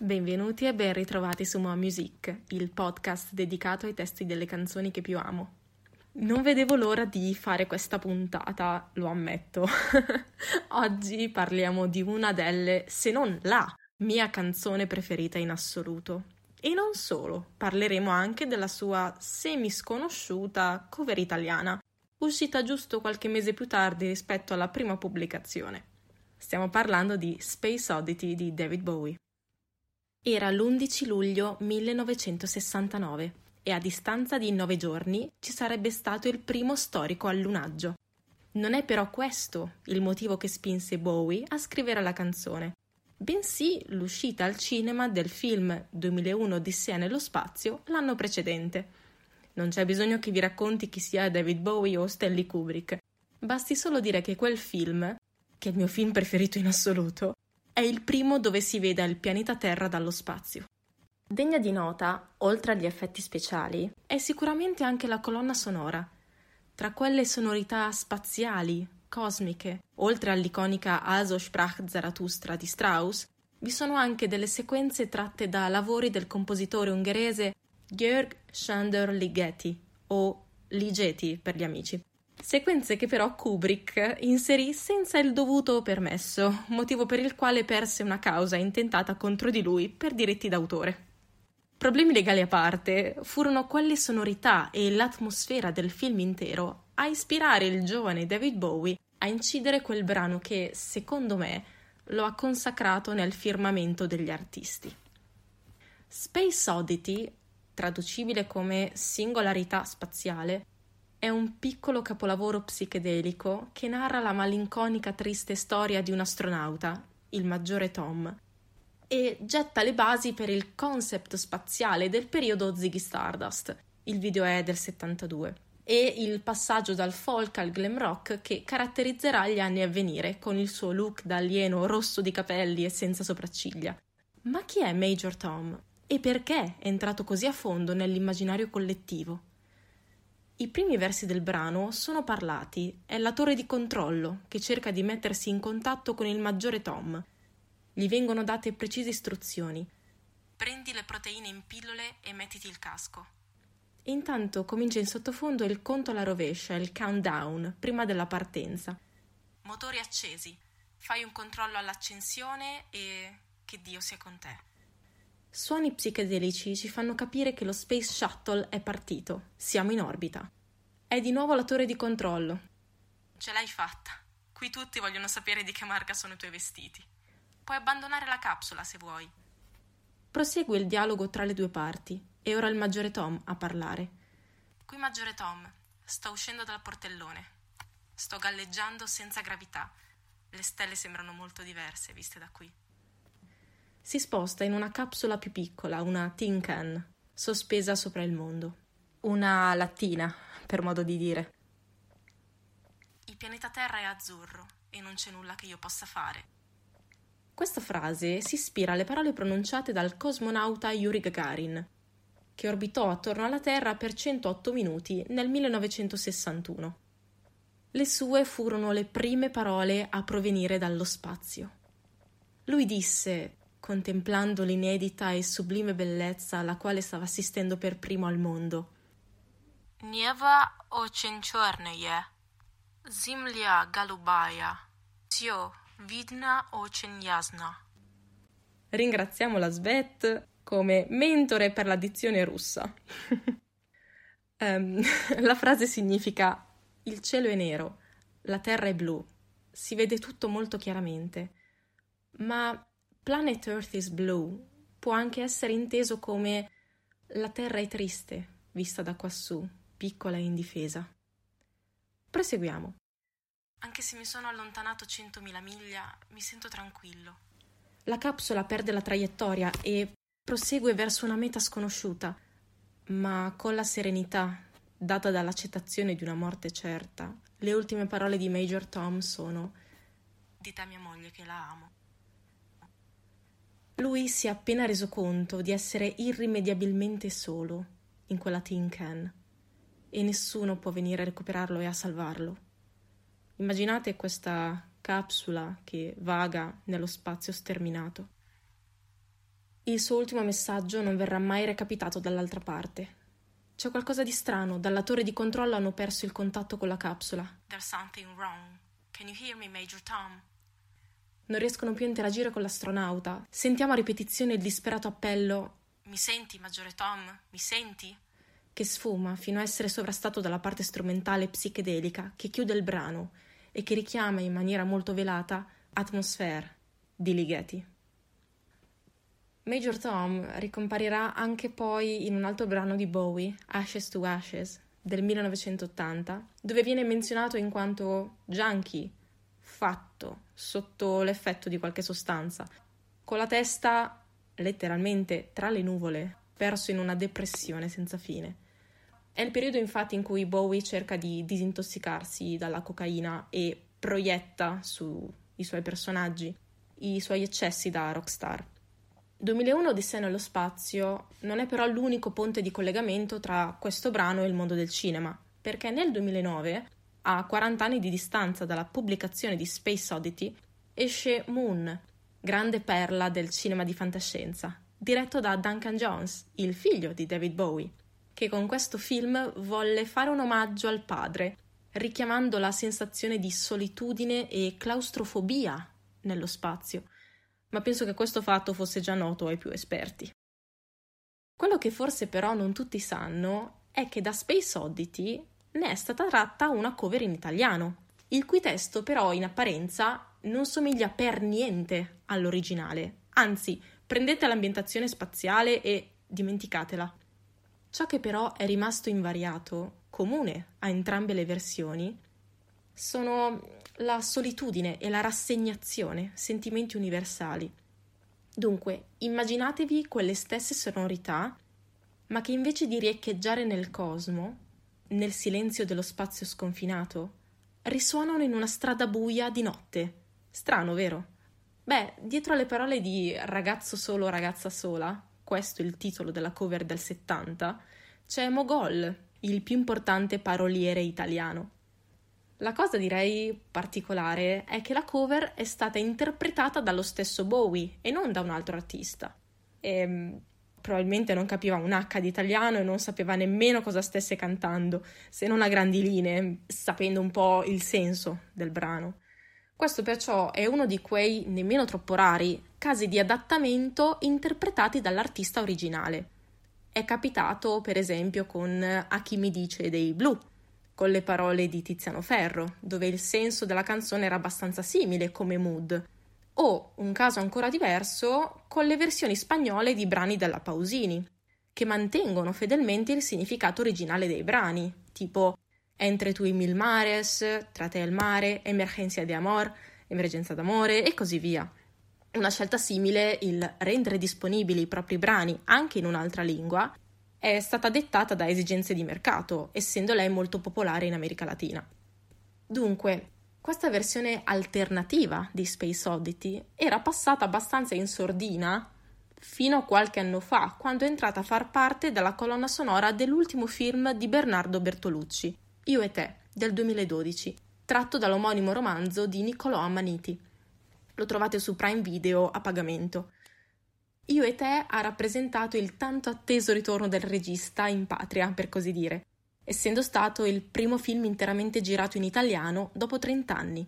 Benvenuti e ben ritrovati su More Music, il podcast dedicato ai testi delle canzoni che più amo. Non vedevo l'ora di fare questa puntata, lo ammetto. Oggi parliamo di una delle, se non la mia canzone preferita in assoluto. E non solo, parleremo anche della sua semi-sconosciuta cover italiana, uscita giusto qualche mese più tardi rispetto alla prima pubblicazione. Stiamo parlando di Space Oddity di David Bowie. Era l'11 luglio 1969 e a distanza di 9 giorni ci sarebbe stato il primo storico allunaggio. Non è però questo il motivo che spinse Bowie a scrivere la canzone, bensì l'uscita al cinema del film 2001 Odissea nello spazio l'anno precedente. Non c'è bisogno che vi racconti chi sia David Bowie o Stanley Kubrick. Basti solo dire che quel film, che è il mio film preferito in assoluto, è il primo dove si vede il pianeta Terra dallo spazio. Degna di nota, oltre agli effetti speciali, è sicuramente anche la colonna sonora. Tra quelle sonorità spaziali, cosmiche, oltre all'iconica Also sprach Zarathustra di Strauss, vi sono anche delle sequenze tratte da lavori del compositore ungherese György Sándor Ligeti, o Ligeti per gli amici. Sequenze che però Kubrick inserì senza il dovuto permesso, motivo per il quale perse una causa intentata contro di lui per diritti d'autore. Problemi legali a parte, furono quelle sonorità e l'atmosfera del film intero a ispirare il giovane David Bowie a incidere quel brano che, secondo me, lo ha consacrato nel firmamento degli artisti. Space Oddity, traducibile come singolarità spaziale, è un piccolo capolavoro psichedelico che narra la malinconica triste storia di un astronauta, il maggiore Tom, e getta le basi per il concept spaziale del periodo Ziggy Stardust, il video è del 72, e il passaggio dal folk al glam rock che caratterizzerà gli anni a venire con il suo look da alieno rosso di capelli e senza sopracciglia. Ma chi è Major Tom? E perché è entrato così a fondo nell'immaginario collettivo? I primi versi del brano sono parlati, è la torre di controllo che cerca di mettersi in contatto con il maggiore Tom. Gli vengono date precise istruzioni. Prendi le proteine in pillole e mettiti il casco. E intanto comincia in sottofondo il conto alla rovescia, il countdown, prima della partenza. Motori accesi, fai un controllo all'accensione e che Dio sia con te. Suoni psichedelici ci fanno capire che lo Space Shuttle è partito, siamo in orbita. È di nuovo la torre di controllo. Ce l'hai fatta. Qui tutti vogliono sapere di che marca sono i tuoi vestiti. Puoi abbandonare la capsula se vuoi. Prosegue il dialogo tra le due parti e ora il maggiore Tom a parlare. Qui maggiore Tom, sto uscendo dal portellone. Sto galleggiando senza gravità. Le stelle sembrano molto diverse viste da qui. Si sposta in una capsula più piccola, una tin can, sospesa sopra il mondo. Una lattina, per modo di dire. Il pianeta Terra è azzurro e non c'è nulla che io possa fare. Questa frase si ispira alle parole pronunciate dal cosmonauta Yuri Gagarin, che orbitò attorno alla Terra per 108 minuti nel 1961. Le sue furono le prime parole a provenire dallo spazio. Lui disse, contemplando l'inedita e sublime bellezza alla quale stava assistendo per primo al mondo: Nieva очень чёрное, земля голубая, всё видно очень ясно. Ringraziamo la Svet come mentore per la dizione russa. La frase significa: il cielo è nero, la terra è blu, si vede tutto molto chiaramente, ma Planet Earth is Blue può anche essere inteso come la terra è triste, vista da quassù, piccola e indifesa. Proseguiamo. Anche se mi sono allontanato 100.000 miglia, mi sento tranquillo. La capsula perde la traiettoria e prosegue verso una meta sconosciuta, ma con la serenità data dall'accettazione di una morte certa. Le ultime parole di Major Tom sono: dite a mia moglie che la amo. Lui si è appena reso conto di essere irrimediabilmente solo in quella tin can e nessuno può venire a recuperarlo e a salvarlo. Immaginate questa capsula che vaga nello spazio sterminato. Il suo ultimo messaggio non verrà mai recapitato dall'altra parte. C'è qualcosa di strano, dalla torre di controllo hanno perso il contatto con la capsula. There's something wrong. Can you hear me, Major Tom? Non riescono più a interagire con l'astronauta. Sentiamo a ripetizione il disperato appello: mi senti, Maggiore Tom? Mi senti? Che sfuma fino a essere sovrastato dalla parte strumentale psichedelica che chiude il brano e che richiama in maniera molto velata Atmosphere di Ligeti. Major Tom ricomparirà anche poi in un altro brano di Bowie, Ashes to Ashes, del 1980, dove viene menzionato in quanto junkie, fatto sotto l'effetto di qualche sostanza, con la testa letteralmente tra le nuvole, perso in una depressione senza fine. È il periodo infatti in cui Bowie cerca di disintossicarsi dalla cocaina e proietta sui suoi personaggi i suoi eccessi da rockstar. 2001 Odissea nello spazio non è però l'unico ponte di collegamento tra questo brano e il mondo del cinema, perché nel 2009, a 40 anni di distanza dalla pubblicazione di Space Oddity, esce Moon, grande perla del cinema di fantascienza, diretto da Duncan Jones, il figlio di David Bowie, che con questo film volle fare un omaggio al padre, richiamando la sensazione di solitudine e claustrofobia nello spazio, ma penso che questo fatto fosse già noto ai più esperti. Quello che forse però non tutti sanno è che da Space Oddity ne è stata tratta una cover in italiano, il cui testo però in apparenza non somiglia per niente all'originale, anzi prendete l'ambientazione spaziale e dimenticatela. Ciò che però è rimasto invariato, comune a entrambe le versioni, sono la solitudine e la rassegnazione, sentimenti universali. Dunque, immaginatevi quelle stesse sonorità, ma che invece di riecheggiare nel cosmo, nel silenzio dello spazio sconfinato, risuonano in una strada buia di notte. Strano, vero? Beh, dietro alle parole di ragazzo solo, ragazza sola, questo è il titolo della cover del 70, c'è Mogol, il più importante paroliere italiano. La cosa direi particolare è che la cover è stata interpretata dallo stesso Bowie e non da un altro artista. Probabilmente non capiva un H di italiano e non sapeva nemmeno cosa stesse cantando, se non a grandi linee, sapendo un po' il senso del brano. Questo perciò è uno di quei, nemmeno troppo rari, casi di adattamento interpretati dall'artista originale. È capitato, per esempio, con A chi mi dice dei Blue, con le parole di Tiziano Ferro, dove il senso della canzone era abbastanza simile come mood, o, un caso ancora diverso, con le versioni spagnole di brani della Pausini, che mantengono fedelmente il significato originale dei brani, tipo Entre tu y mil mares, Tra te e il mare, Emergencia de amor, Emergenza d'amore e così via. Una scelta simile, il rendere disponibili i propri brani anche in un'altra lingua, è stata dettata da esigenze di mercato, essendo lei molto popolare in America Latina. Dunque, questa versione alternativa di Space Oddity era passata abbastanza in sordina fino a qualche anno fa, quando è entrata a far parte della colonna sonora dell'ultimo film di Bernardo Bertolucci, Io e te, del 2012, tratto dall'omonimo romanzo di Niccolò Ammaniti. Lo trovate su Prime Video a pagamento. Io e te ha rappresentato il tanto atteso ritorno del regista in patria, per così dire, essendo stato il primo film interamente girato in italiano dopo 30 anni.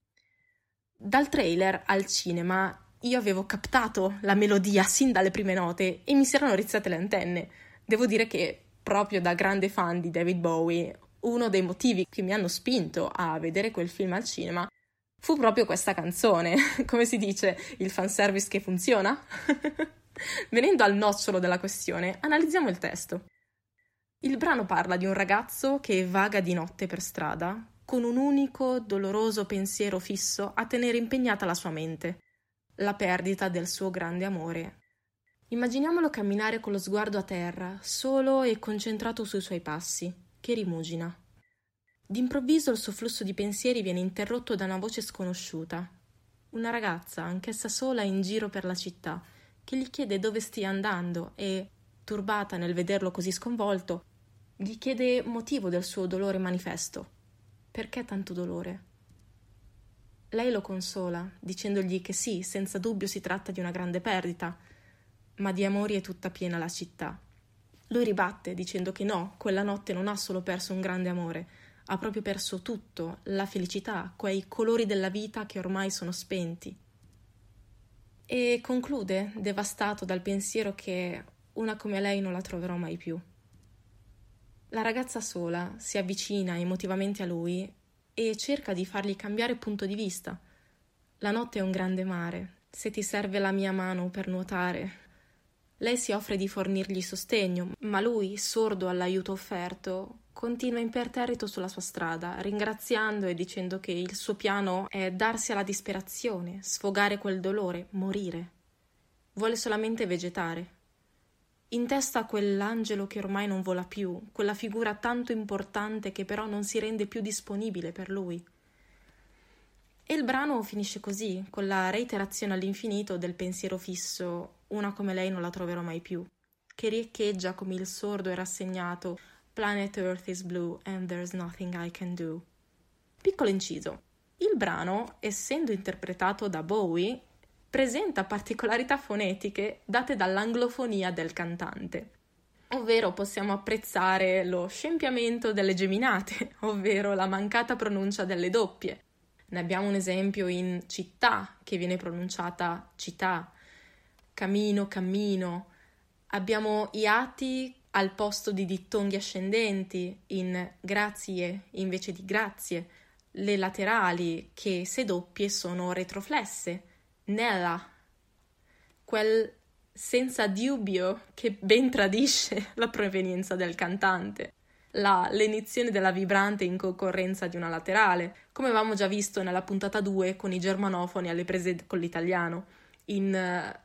Dal trailer al cinema io avevo captato la melodia sin dalle prime note e mi si erano rizzate le antenne. Devo dire che, proprio da grande fan di David Bowie, uno dei motivi che mi hanno spinto a vedere quel film al cinema fu proprio questa canzone. Come si dice, il fanservice che funziona? Venendo al nocciolo della questione, analizziamo il testo. Il brano parla di un ragazzo che vaga di notte per strada, con un unico doloroso pensiero fisso a tenere impegnata la sua mente, la perdita del suo grande amore. Immaginiamolo camminare con lo sguardo a terra, solo e concentrato sui suoi passi, che rimugina. D'improvviso il suo flusso di pensieri viene interrotto da una voce sconosciuta. Una ragazza, anch'essa sola, in giro per la città, che gli chiede dove stia andando e, turbata nel vederlo così sconvolto, gli chiede motivo del suo dolore manifesto. Perché tanto dolore? Lei lo consola, dicendogli che sì, senza dubbio si tratta di una grande perdita, ma di amori è tutta piena la città. Lui ribatte dicendo che no, quella notte non ha solo perso un grande amore, ha proprio perso tutto, la felicità, quei colori della vita che ormai sono spenti. E conclude, devastato dal pensiero che una come lei non la troverò mai più. La ragazza sola si avvicina emotivamente a lui e cerca di fargli cambiare punto di vista. La notte è un grande mare, se ti serve la mia mano per nuotare. Lei si offre di fornirgli sostegno, ma lui, sordo all'aiuto offerto, continua imperterrito sulla sua strada, ringraziando e dicendo che il suo piano è darsi alla disperazione, sfogare quel dolore, morire. Vuole solamente vegetare. In testa ha quell'angelo che ormai non vola più, quella figura tanto importante che però non si rende più disponibile per lui. E il brano finisce così, con la reiterazione all'infinito del pensiero fisso «Una come lei non la troverò mai più», che riecheggia come il sordo e rassegnato «Planet Earth is blue and there's nothing I can do». Piccolo inciso. Il brano, essendo interpretato da Bowie, presenta particolarità fonetiche date dall'anglofonia del cantante. Ovvero possiamo apprezzare lo scempiamento delle geminate, ovvero la mancata pronuncia delle doppie. Ne abbiamo un esempio in città, che viene pronunciata cità, camino, cammino. Abbiamo iati al posto di dittonghi ascendenti, in grazie invece di grazie. Le laterali, che se doppie sono retroflesse, nella. Quel senza dubbio che ben tradisce la provenienza del cantante. La lenizione della vibrante in concorrenza di una laterale, come avevamo già visto nella puntata 2 con i germanofoni alle prese con l'italiano, in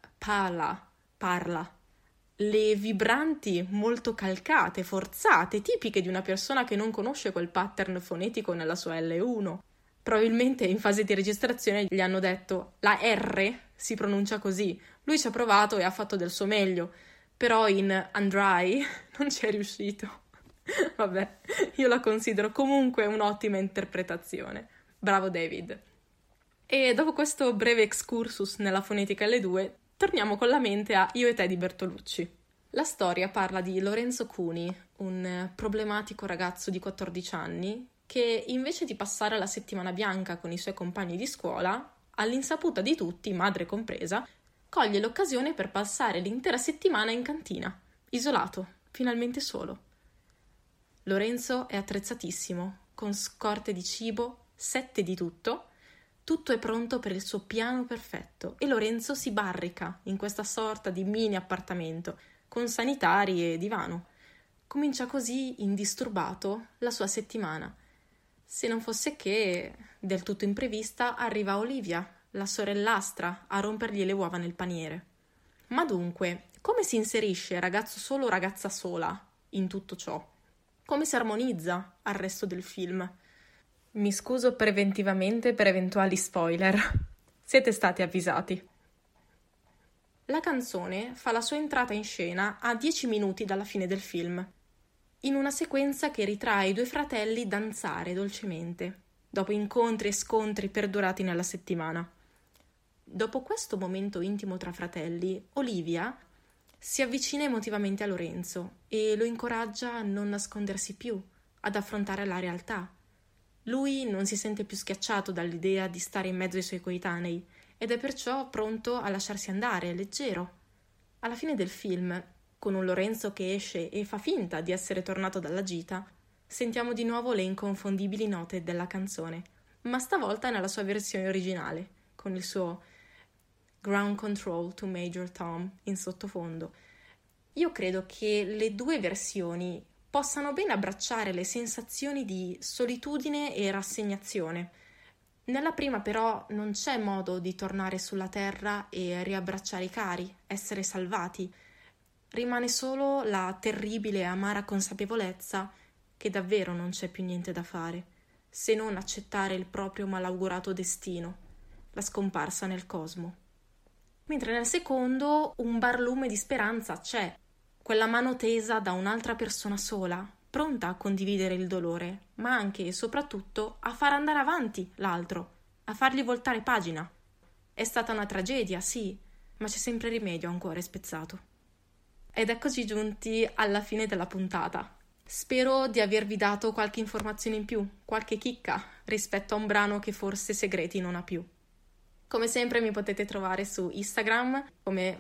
parla. Le vibranti molto calcate, forzate, tipiche di una persona che non conosce quel pattern fonetico nella sua L1. Probabilmente in fase di registrazione gli hanno detto la R si pronuncia così. Lui ci ha provato e ha fatto del suo meglio, però in Andrai non ci è riuscito. Vabbè, io la considero comunque un'ottima interpretazione. Bravo David. E dopo questo breve excursus nella fonetica L2, torniamo con la mente a Io e te di Bertolucci. La storia parla di Lorenzo Cuni, un problematico ragazzo di 14 anni che invece di passare la settimana bianca con i suoi compagni di scuola, all'insaputa di tutti, madre compresa, coglie l'occasione per passare l'intera settimana in cantina, isolato, finalmente solo. Lorenzo è attrezzatissimo, con scorte di cibo, sette di tutto è pronto per il suo piano perfetto e Lorenzo si barrica in questa sorta di mini appartamento, con sanitari e divano. Comincia così, indisturbato, la sua settimana. Se non fosse che, del tutto imprevista, arriva Olivia, la sorellastra, a rompergli le uova nel paniere. Ma dunque, come si inserisce ragazzo solo o ragazza sola in tutto ciò? Come si armonizza al resto del film? Mi scuso preventivamente per eventuali spoiler. Siete stati avvisati. La canzone fa la sua entrata in scena a 10 minuti dalla fine del film, in una sequenza che ritrae i due fratelli danzare dolcemente, dopo incontri e scontri perdurati nella settimana. Dopo questo momento intimo tra fratelli, Olivia si avvicina emotivamente a Lorenzo e lo incoraggia a non nascondersi più, ad affrontare la realtà. Lui non si sente più schiacciato dall'idea di stare in mezzo ai suoi coetanei ed è perciò pronto a lasciarsi andare, leggero. Alla fine del film, con un Lorenzo che esce e fa finta di essere tornato dalla gita, sentiamo di nuovo le inconfondibili note della canzone, ma stavolta nella sua versione originale, con il suo Ground Control to Major Tom in sottofondo. Io credo che le due versioni possano ben abbracciare le sensazioni di solitudine e rassegnazione. Nella prima però non c'è modo di tornare sulla terra e riabbracciare i cari, essere salvati. Rimane solo la terribile e amara consapevolezza che davvero non c'è più niente da fare, se non accettare il proprio malaugurato destino, la scomparsa nel cosmo. Mentre nel secondo un barlume di speranza c'è, quella mano tesa da un'altra persona sola, pronta a condividere il dolore, ma anche e soprattutto a far andare avanti l'altro, a fargli voltare pagina. È stata una tragedia, sì, ma c'è sempre rimedio a un cuore spezzato. Ed eccoci giunti alla fine della puntata. Spero di avervi dato qualche informazione in più, qualche chicca rispetto a un brano che forse segreti non ha più. Come sempre mi potete trovare su Instagram come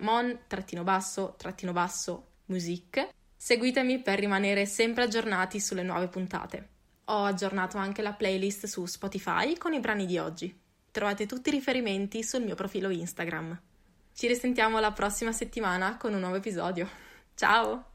mon_music. Seguitemi per rimanere sempre aggiornati sulle nuove puntate. Ho aggiornato anche la playlist su Spotify con i brani di oggi. Trovate tutti i riferimenti sul mio profilo Instagram. Ci risentiamo la prossima settimana con un nuovo episodio. Ciao!